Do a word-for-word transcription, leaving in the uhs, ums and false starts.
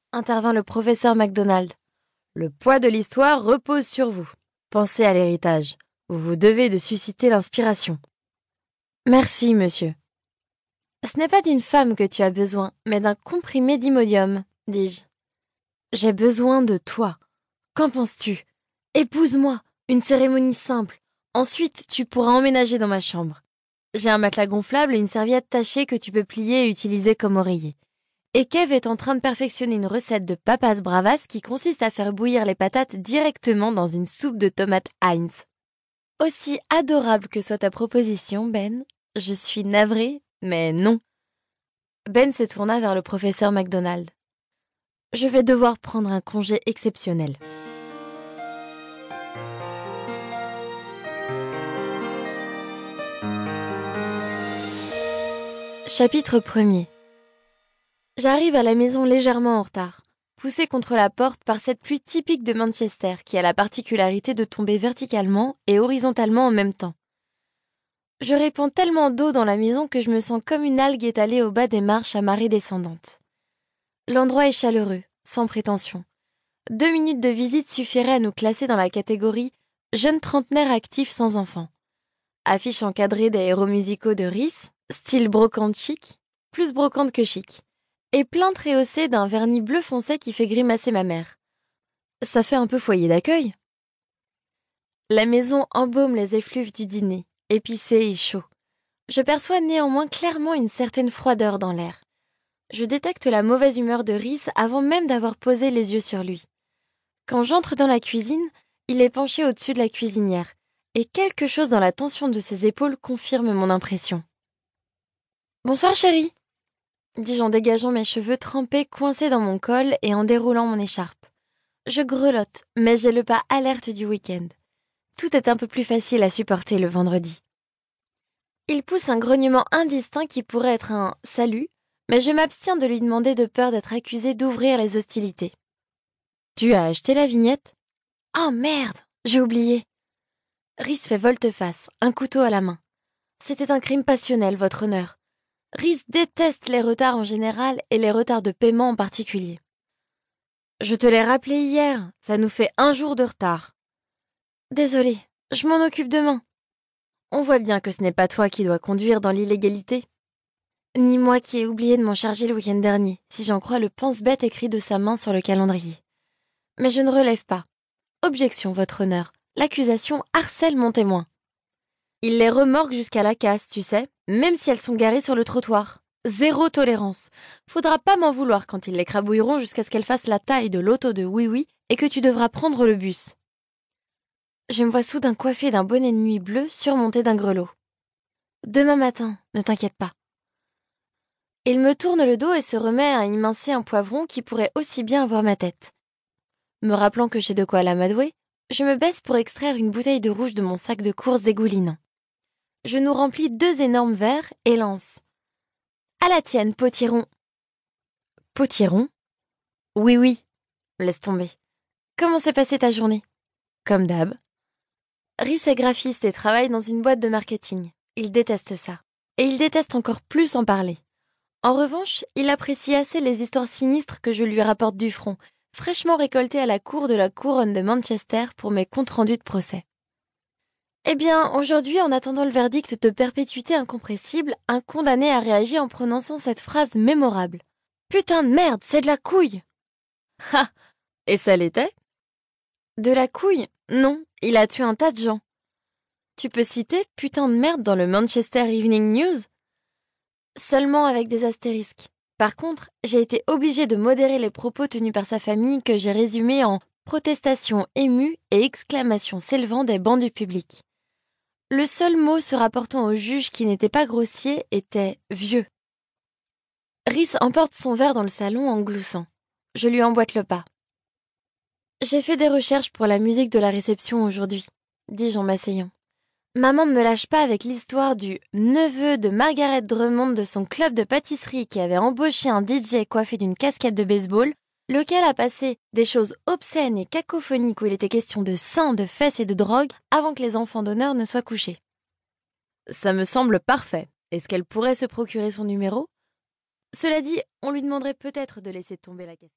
intervint le professeur MacDonald. Le poids de l'histoire repose sur vous. Pensez à l'héritage. Vous vous devez de susciter l'inspiration. Merci, monsieur. Ce n'est pas d'une femme que tu as besoin, mais d'un comprimé d'imodium, dis-je. J'ai besoin de toi. Qu'en penses-tu? Épouse-moi, une cérémonie simple. Ensuite, tu pourras emménager dans ma chambre. J'ai un matelas gonflable et une serviette tachée que tu peux plier et utiliser comme oreiller. Et Kev est en train de perfectionner une recette de papas bravas qui consiste à faire bouillir les patates directement dans une soupe de tomates Heinz. Aussi adorable que soit ta proposition, Ben, je suis navrée, mais non. Ben se tourna vers le professeur MacDonald. Je vais devoir prendre un congé exceptionnel. Chapitre premier. J'arrive à la maison légèrement en retard, poussée contre la porte par cette pluie typique de Manchester qui a la particularité de tomber verticalement et horizontalement en même temps. Je répands tellement d'eau dans la maison que je me sens comme une algue étalée au bas des marches à marée descendante. L'endroit est chaleureux, sans prétention. Deux minutes de visite suffiraient à nous classer dans la catégorie « jeunes trentenaires actifs sans enfants ». Affiche encadrée des héros musicaux de Rhys, style brocante chic, plus brocante que chic, et plainte rehaussée d'un vernis bleu foncé qui fait grimacer ma mère. Ça fait un peu foyer d'accueil. La maison embaume les effluves du dîner, épicé et chaud. Je perçois néanmoins clairement une certaine froideur dans l'air. Je détecte la mauvaise humeur de Rhys avant même d'avoir posé les yeux sur lui. Quand j'entre dans la cuisine, il est penché au-dessus de la cuisinière, et quelque chose dans la tension de ses épaules confirme mon impression. « Bonsoir, chérie !» dis-je en dégageant mes cheveux trempés coincés dans mon col et en déroulant mon écharpe. Je grelotte, mais j'ai le pas alerte du week-end. Tout est un peu plus facile à supporter le vendredi. Il pousse un grognement indistinct qui pourrait être un « salut », mais je m'abstiens de lui demander de peur d'être accusée d'ouvrir les hostilités. « Tu as acheté la vignette ?»« Oh merde, j'ai oublié !» Rhys fait volte-face, un couteau à la main. « C'était un crime passionnel, votre honneur. Rhys déteste les retards en général et les retards de paiement en particulier. »« Je te l'ai rappelé hier, ça nous fait un jour de retard. »« Désolée, je m'en occupe demain. » On voit bien que ce n'est pas toi qui dois conduire dans l'illégalité. Ni moi qui ai oublié de m'en charger le week-end dernier, si j'en crois le pense-bête écrit de sa main sur le calendrier. Mais je ne relève pas. Objection, votre honneur. L'accusation harcèle mon témoin. Il les remorque jusqu'à la casse, tu sais, même si elles sont garées sur le trottoir. Zéro tolérance. Faudra pas m'en vouloir quand ils les crabouilleront jusqu'à ce qu'elles fassent la taille de l'auto de Oui-Oui et que tu devras prendre le bus. Je me vois soudain coiffée d'un bonnet de nuit bleu surmonté d'un grelot. Demain matin, ne t'inquiète pas. Il me tourne le dos et se remet à émincer un poivron qui pourrait aussi bien avoir ma tête. Me rappelant que j'ai de quoi l'amadouer, je me baisse pour extraire une bouteille de rouge de mon sac de course dégoulinant. Je nous remplis deux énormes verres et lance. « À la tienne, potiron !»« Potiron ?»« Oui, oui. » Laisse tomber. Comment s'est passée ta journée ? Comme d'hab. Rhys est graphiste et travaille dans une boîte de marketing. Il déteste ça. Et il déteste encore plus en parler. En revanche, il apprécie assez les histoires sinistres que je lui rapporte du front, fraîchement récoltées à la cour de la couronne de Manchester pour mes comptes rendus de procès. Eh bien, aujourd'hui, en attendant le verdict de perpétuité incompressible, un condamné a réagi en prononçant cette phrase mémorable. « Putain de merde, c'est de la couille !» Ha ! Et ça l'était ? De la couille ? Non, il a tué un tas de gens. Tu peux citer « putain de merde » dans le Manchester Evening News ? Seulement avec des astérisques. Par contre, j'ai été obligée de modérer les propos tenus par sa famille que j'ai résumés en protestations émues et exclamations s'élevant des bancs du public. Le seul mot se rapportant au juge qui n'était pas grossier était « vieux ». Rhys emporte son verre dans le salon en gloussant. Je lui emboîte le pas. « J'ai fait des recherches pour la musique de la réception aujourd'hui, » dis-je en m'asseyant. Maman ne me lâche pas avec l'histoire du neveu de Margaret Drummond de son club de pâtisserie qui avait embauché un D J coiffé d'une casquette de baseball, lequel a passé des choses obscènes et cacophoniques où il était question de seins, de fesses et de drogue avant que les enfants d'honneur ne soient couchés. Ça me semble parfait. Est-ce qu'elle pourrait se procurer son numéro ? Cela dit, on lui demanderait peut-être de laisser tomber la casquette.